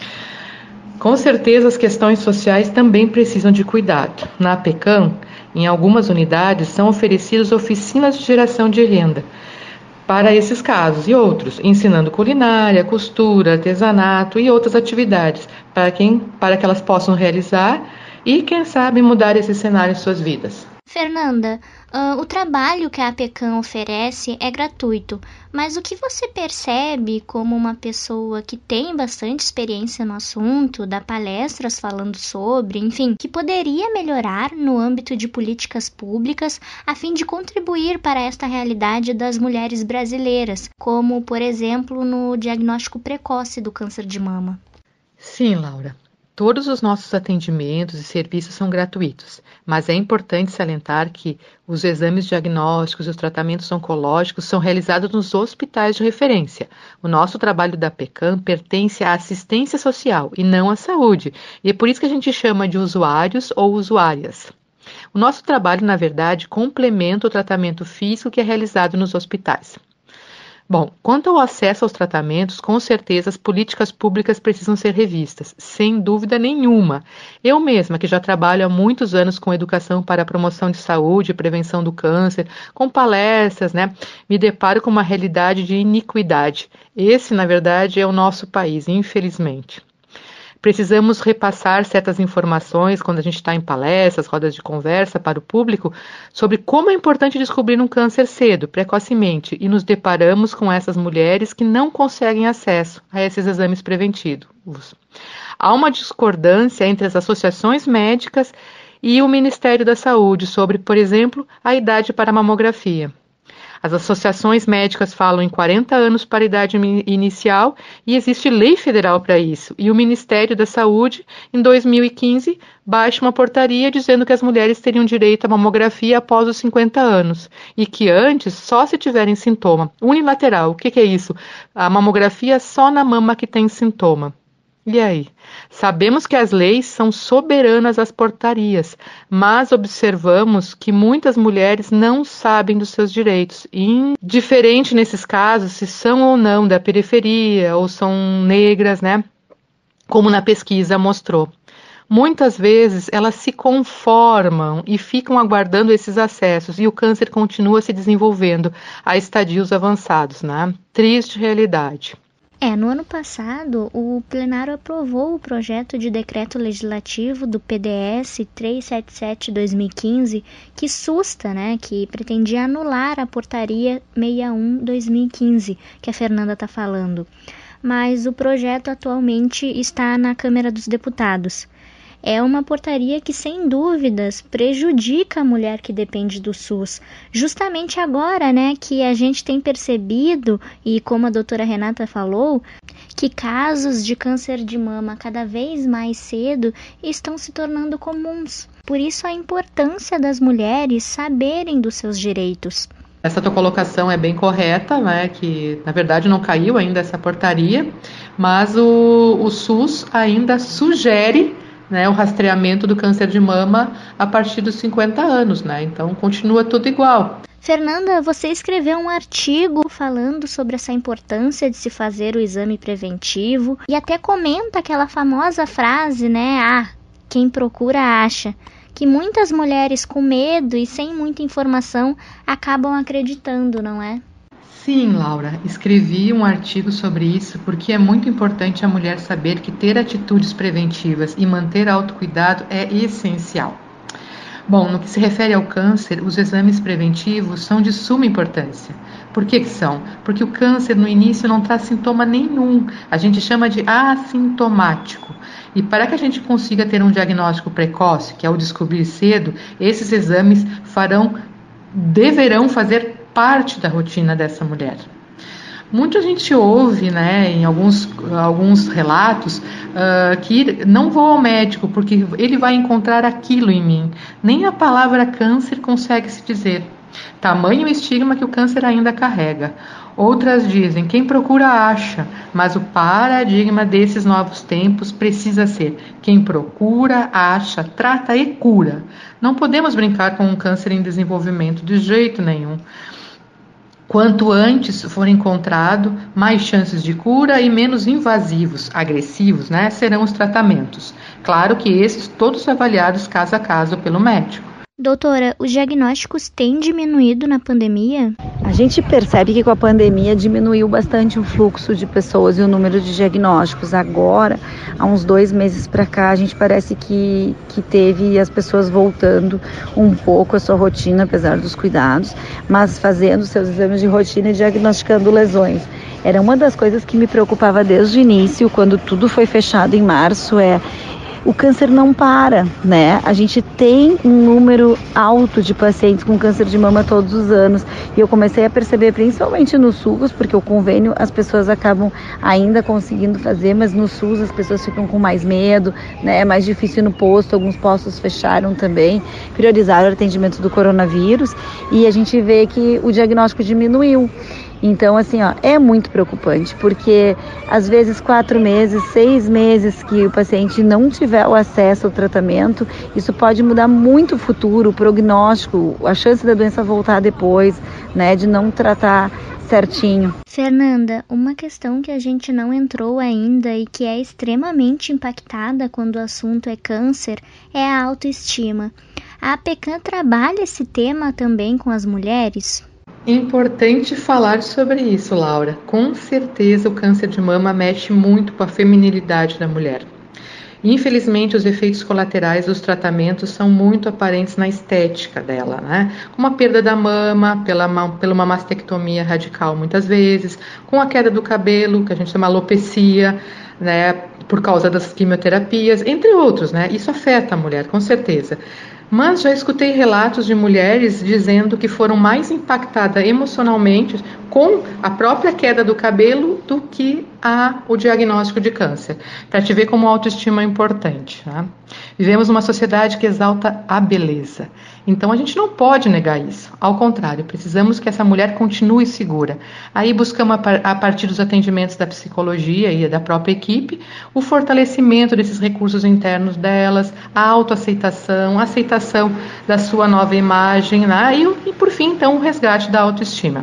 Com certeza, as questões sociais também precisam de cuidado. Na PECAM, em algumas unidades, são oferecidas oficinas de geração de renda para esses casos e outros, ensinando culinária, costura, artesanato e outras atividades para, quem, para que elas possam realizar e, quem sabe, mudar esse cenário em suas vidas. Fernanda, uh, o trabalho que a APECAM oferece é gratuito, mas o que você percebe como uma pessoa que tem bastante experiência no assunto, dá palestras falando sobre, enfim, que poderia melhorar no âmbito de políticas públicas a fim de contribuir para esta realidade das mulheres brasileiras, como, por exemplo, no diagnóstico precoce do câncer de mama? Sim, Laura. Todos os nossos atendimentos e serviços são gratuitos, mas é importante salientar que os exames diagnósticos e os tratamentos oncológicos são realizados nos hospitais de referência. O nosso trabalho da APECAM pertence à assistência social e não à saúde, e é por isso que a gente chama de usuários ou usuárias. O nosso trabalho, na verdade, complementa o tratamento físico que é realizado nos hospitais. Bom, quanto ao acesso aos tratamentos, com certeza as políticas públicas precisam ser revistas, sem dúvida nenhuma. Eu mesma, que já trabalho há muitos anos com educação para a promoção de saúde e prevenção do câncer, com palestras, né, me deparo com uma realidade de iniquidade. Esse, na verdade, é o nosso país, infelizmente. Precisamos repassar certas informações quando a gente está em palestras, rodas de conversa para o público sobre como é importante descobrir um câncer cedo, precocemente, e nos deparamos com essas mulheres que não conseguem acesso a esses exames preventivos. Há uma discordância entre as associações médicas e o Ministério da Saúde sobre, por exemplo, a idade para a mamografia. As associações médicas falam em quarenta anos para a idade inicial e existe lei federal para isso. E o Ministério da Saúde, em dois mil e quinze, baixa uma portaria dizendo que as mulheres teriam direito à mamografia após os cinquenta anos e que antes só se tiverem sintoma unilateral. O que, que é isso? A mamografia só na mama que tem sintoma. E aí? Sabemos que as leis são soberanas às portarias, mas observamos que muitas mulheres não sabem dos seus direitos. Indiferente nesses casos, se são ou não da periferia ou são negras, né? Como na pesquisa mostrou. Muitas vezes elas se conformam e ficam aguardando esses acessos e o câncer continua se desenvolvendo a estadios avançados, né? Triste realidade. É, no ano passado, o plenário aprovou o projeto de decreto legislativo do P D S trezentos e setenta e sete barra dois mil e quinze, que susta, né, que pretendia anular a portaria sessenta e um barra dois mil e quinze, que a Fernanda está falando. Mas o projeto atualmente está na Câmara dos Deputados. É uma portaria que, sem dúvidas, prejudica a mulher que depende do SUS. Justamente agora, né, que a gente tem percebido, e como a doutora Renata falou, que casos de câncer de mama cada vez mais cedo estão se tornando comuns. Por isso a importância das mulheres saberem dos seus direitos. Essa tua colocação é bem correta, né, que na verdade não caiu ainda essa portaria, mas o, o SUS ainda sugere, né, o rastreamento do câncer de mama a partir dos cinquenta anos, né? Então continua tudo igual. Fernanda, você escreveu um artigo falando sobre essa importância de se fazer o exame preventivo e até comenta aquela famosa frase, né? Ah, quem procura acha. Que muitas mulheres com medo e sem muita informação acabam acreditando, não é? Sim, Laura, escrevi um artigo sobre isso porque é muito importante a mulher saber que ter atitudes preventivas e manter autocuidado é essencial. Bom, no que se refere ao câncer, os exames preventivos são de suma importância. Por que que são? Porque o câncer no início não traz sintoma nenhum, a gente chama de assintomático. E para que a gente consiga ter um diagnóstico precoce, que é o descobrir cedo, esses exames farão, deverão fazer parte da rotina dessa mulher. Muita gente ouve, né, em alguns, alguns relatos, uh, que não vou ao médico porque ele vai encontrar aquilo em mim. Nem a palavra câncer consegue se dizer. Tamanho estigma que o câncer ainda carrega. Outras dizem, quem procura acha, mas o paradigma desses novos tempos precisa ser quem procura, acha, trata e cura. Não podemos brincar com um câncer em desenvolvimento de jeito nenhum. Quanto antes for encontrado, mais chances de cura e menos invasivos, agressivos, né, serão os tratamentos. Claro que esses todos avaliados caso a caso pelo médico. Doutora, os diagnósticos têm diminuído na pandemia? A gente percebe que com a pandemia diminuiu bastante o fluxo de pessoas e o número de diagnósticos. Agora, há uns dois meses para cá, a gente parece que, que teve as pessoas voltando um pouco à sua rotina, apesar dos cuidados, mas fazendo seus exames de rotina e diagnosticando lesões. Era uma das coisas que me preocupava desde o início, quando tudo foi fechado em março, é... o câncer não para, né? A gente tem um número alto de pacientes com câncer de mama todos os anos. E eu comecei a perceber, principalmente no SUS, porque o convênio as pessoas acabam ainda conseguindo fazer, mas no SUS as pessoas ficam com mais medo, né? É mais difícil no posto, alguns postos fecharam também, priorizaram o atendimento do coronavírus e a gente vê que o diagnóstico diminuiu. Então, assim, ó, é muito preocupante, porque às vezes quatro meses, seis meses que o paciente não tiver o acesso ao tratamento, isso pode mudar muito o futuro, o prognóstico, a chance da doença voltar depois, né, de não tratar certinho. Fernanda, uma questão que a gente não entrou ainda e que é extremamente impactada quando o assunto é câncer é a autoestima. A APECAM trabalha esse tema também com as mulheres? Importante falar sobre isso, Laura. Com certeza o câncer de mama mexe muito com a feminilidade da mulher. Infelizmente, os efeitos colaterais dos tratamentos são muito aparentes na estética dela, né? Como a perda da mama, pela, pela uma mastectomia radical muitas vezes, com a queda do cabelo, que a gente chama alopecia, né? Por causa das quimioterapias, entre outros, né? Isso afeta a mulher, com certeza. Mas já escutei relatos de mulheres dizendo que foram mais impactadas emocionalmente com a própria queda do cabelo do que a, o diagnóstico de câncer. Para te ver como a autoestima é importante. Né? Vivemos uma sociedade que exalta a beleza. Então a gente não pode negar isso. Ao contrário, precisamos que essa mulher continue segura. Aí buscamos a partir dos atendimentos da psicologia e da própria equipe, o fortalecimento desses recursos internos delas, a autoaceitação, a aceitação da sua nova imagem, né? e, e por fim, então, o resgate da autoestima.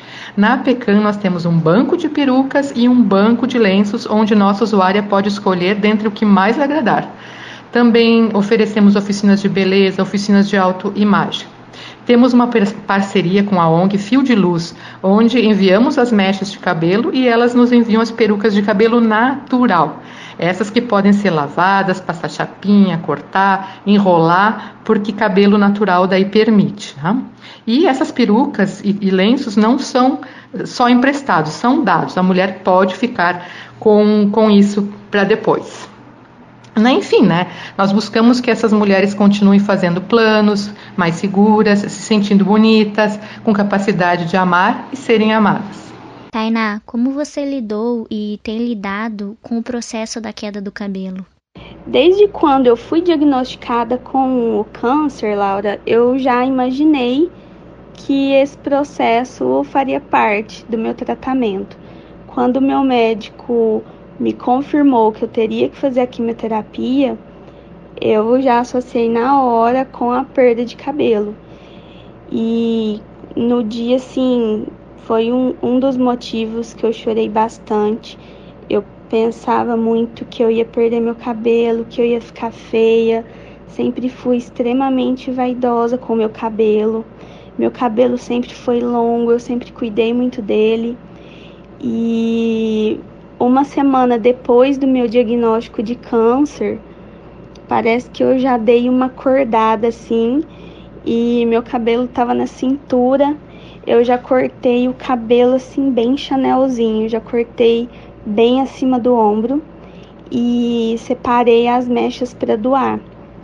Na APECAM nós temos um banco de perucas e um banco de lenços onde nossa usuária pode escolher dentre o que mais lhe agradar. Também oferecemos oficinas de beleza, oficinas de autoimagem. Temos uma parceria com a O N G Fio de Luz, onde enviamos as mechas de cabelo e elas nos enviam as perucas de cabelo natural. Essas que podem ser lavadas, passar chapinha, cortar, enrolar, porque cabelo natural daí permite. Tá? E essas perucas e, e lenços não são só emprestados, são dados. A mulher pode ficar com, com isso para depois. Enfim, né? Nós buscamos que essas mulheres continuem fazendo planos mais seguras, se sentindo bonitas, com capacidade de amar e serem amadas. Tainá, como você lidou e tem lidado com o processo da queda do cabelo? Desde quando eu fui diagnosticada com o câncer, Laura, eu já imaginei que esse processo faria parte do meu tratamento. Quando o meu médico me confirmou que eu teria que fazer a quimioterapia, eu já associei na hora com a perda de cabelo. E no dia, assim, foi um, um dos motivos que eu chorei bastante. Eu pensava muito que eu ia perder meu cabelo, que eu ia ficar feia. Sempre fui extremamente vaidosa com o meu cabelo. Meu cabelo sempre foi longo, eu sempre cuidei muito dele. E uma semana depois do meu diagnóstico de câncer, parece que eu já dei uma acordada assim, e meu cabelo estava na cintura. Eu já cortei o cabelo assim bem chanelzinho, já cortei bem acima do ombro e separei as mechas para doar.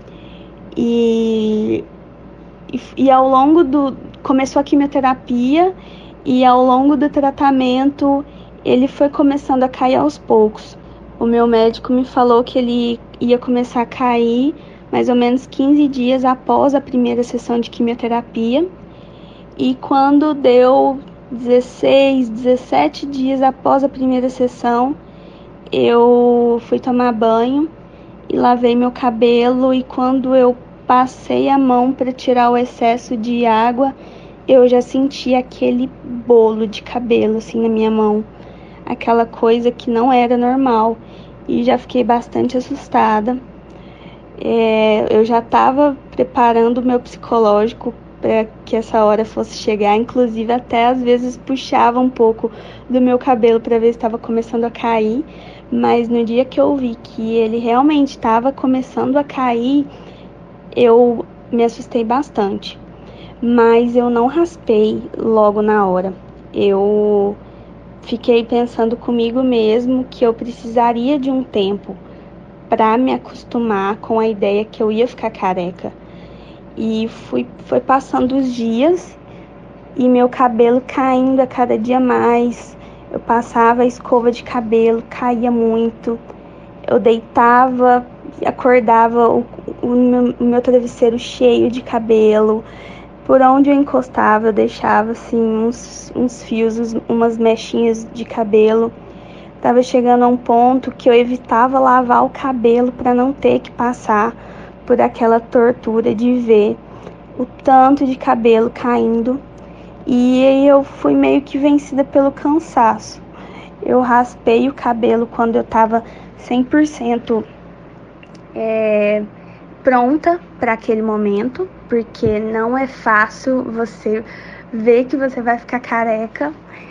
E, e, e ao longo do... começou a quimioterapia e ao longo do tratamento ele foi começando a cair aos poucos. O meu médico me falou que ele ia começar a cair mais ou menos quinze dias após a primeira sessão de quimioterapia. E quando deu dezesseis, dezessete dias após a primeira sessão, eu fui tomar banho e lavei meu cabelo. E quando eu passei a mão para tirar o excesso de água, eu já senti aquele bolo de cabelo assim na minha mão. Aquela coisa que não era normal, e já fiquei bastante assustada. É, eu já estava preparando o meu psicológico para que essa hora fosse chegar, inclusive até às vezes puxava um pouco do meu cabelo para ver se estava começando a cair, mas no dia que eu vi que ele realmente estava começando a cair, eu me assustei bastante. Mas eu não raspei logo na hora. Eu fiquei pensando comigo mesmo que eu precisaria de um tempo para me acostumar com a ideia que eu ia ficar careca. E fui, foi passando os dias e meu cabelo caindo a cada dia mais. Eu passava a escova de cabelo, caía muito. Eu deitava, acordava o, o, meu, o meu travesseiro cheio de cabelo. Por onde eu encostava, eu deixava assim uns, uns fios, umas mechinhas de cabelo. Tava chegando a um ponto que eu evitava lavar o cabelo para não ter que passar por aquela tortura de ver o tanto de cabelo caindo. E aí eu fui meio que vencida pelo cansaço. Eu raspei o cabelo quando eu tava cem por cento é, pronta para aquele momento, porque não é fácil você ver que você vai ficar careca.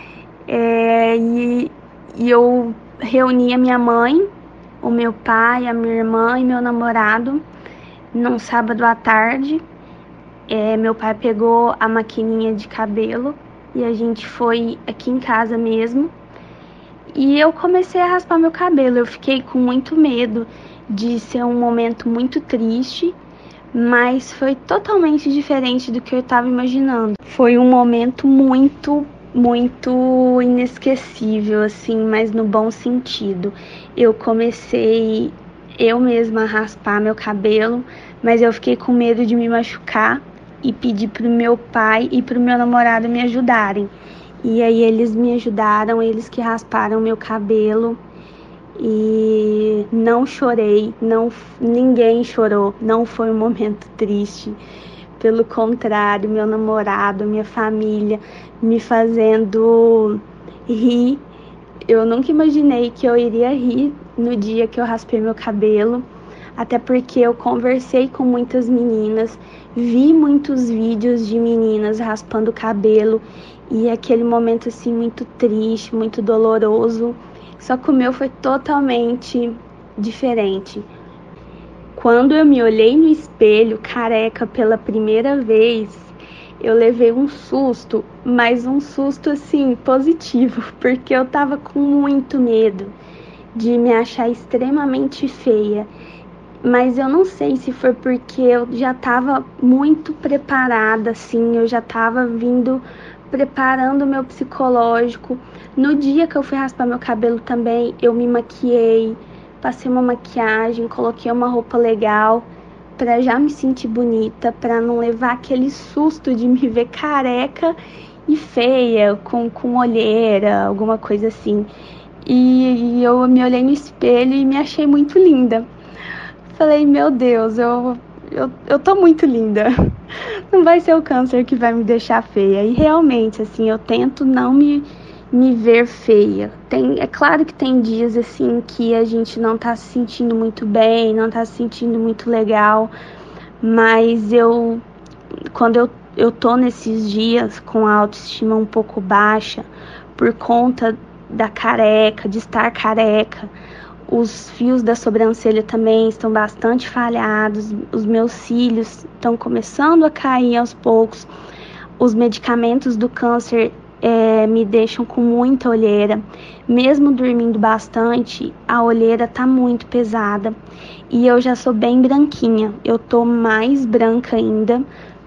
É, e, e eu reuni a minha mãe, o meu pai, a minha irmã e meu namorado num sábado à tarde. É, meu pai pegou a maquininha de cabelo e a gente foi aqui em casa mesmo. E eu comecei a raspar meu cabelo. Eu fiquei com muito medo de ser um momento muito triste, mas foi totalmente diferente do que eu estava imaginando. Foi um momento muito, muito inesquecível, assim, mas no bom sentido. Eu comecei eu mesma a raspar meu cabelo, mas eu fiquei com medo de me machucar e pedi pro meu pai e pro meu namorado me ajudarem. E aí eles me ajudaram, eles que rasparam meu cabelo. E não chorei, não, ninguém chorou, não foi um momento triste. Pelo contrário, meu namorado, minha família me fazendo rir. Eu nunca imaginei que eu iria rir no dia que eu raspei meu cabelo, até porque eu conversei com muitas meninas, vi muitos vídeos de meninas raspando o cabelo e aquele momento assim muito triste, muito doloroso. Só que o meu foi totalmente diferente. Quando eu me olhei no espelho, careca, pela primeira vez, eu levei um susto, mas um susto assim, positivo, porque eu tava com muito medo de me achar extremamente feia. Mas eu não sei se foi porque eu já tava muito preparada, assim, eu já tava vindo preparando o meu psicológico. No dia que eu fui raspar meu cabelo também, eu me maquiei, passei uma maquiagem, coloquei uma roupa legal pra já me sentir bonita, pra não levar aquele susto de me ver careca e feia, com, com olheira, alguma coisa assim. E, e eu me olhei no espelho e me achei muito linda. Falei, meu Deus, eu, eu, eu tô muito linda. Não vai ser o câncer que vai me deixar feia. E realmente, assim, eu tento não me, me ver feia. Tem, é claro que tem dias, assim, que a gente não tá se sentindo muito bem, não tá se sentindo muito legal. Mas eu, quando eu, eu tô nesses dias com a autoestima um pouco baixa, por conta da careca, de estar careca, os fios da sobrancelha também estão bastante falhados, os meus cílios estão começando a cair aos poucos, os medicamentos do câncer é, me deixam com muita olheira, mesmo dormindo bastante, a olheira tá muito pesada e eu já sou bem branquinha, eu tô mais branca ainda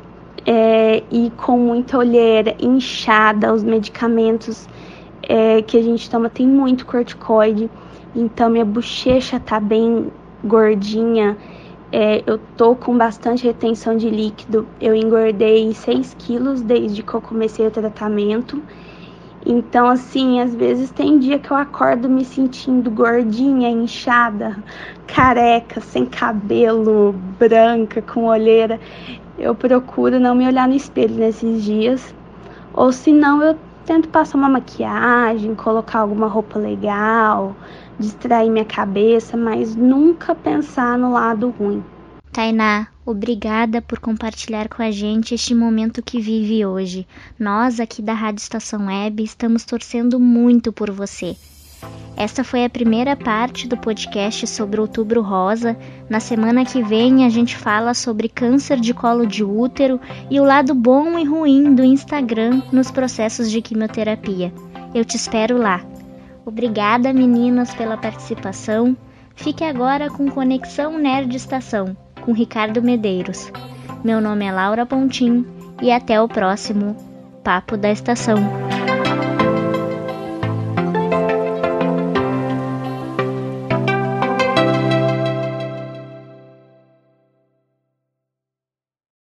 é, e com muita olheira, inchada, os medicamentos é, que a gente toma tem muito corticoide. Então, minha bochecha tá bem gordinha, é, eu tô com bastante retenção de líquido, eu engordei seis quilos desde que eu comecei o tratamento. Então, assim, às vezes tem dia que eu acordo me sentindo gordinha, inchada, careca, sem cabelo, branca, com olheira. Eu procuro não me olhar no espelho nesses dias, ou se não, eu tento passar uma maquiagem, colocar alguma roupa legal, distrair minha cabeça, mas nunca pensar no lado ruim. Tainá, obrigada por compartilhar com a gente este momento que vive hoje. Nós aqui da Rádio Estação Web estamos torcendo muito por você. Esta foi a primeira parte do podcast sobre Outubro Rosa. Na semana que vem a gente fala sobre câncer de colo de útero e o lado bom e ruim do Instagram nos processos de quimioterapia. Eu te espero lá. Obrigada, meninas, pela participação. Fique agora com Conexão Nerd Estação, com Ricardo Medeiros. Meu nome é Laura Pontim e até o próximo Papo da Estação.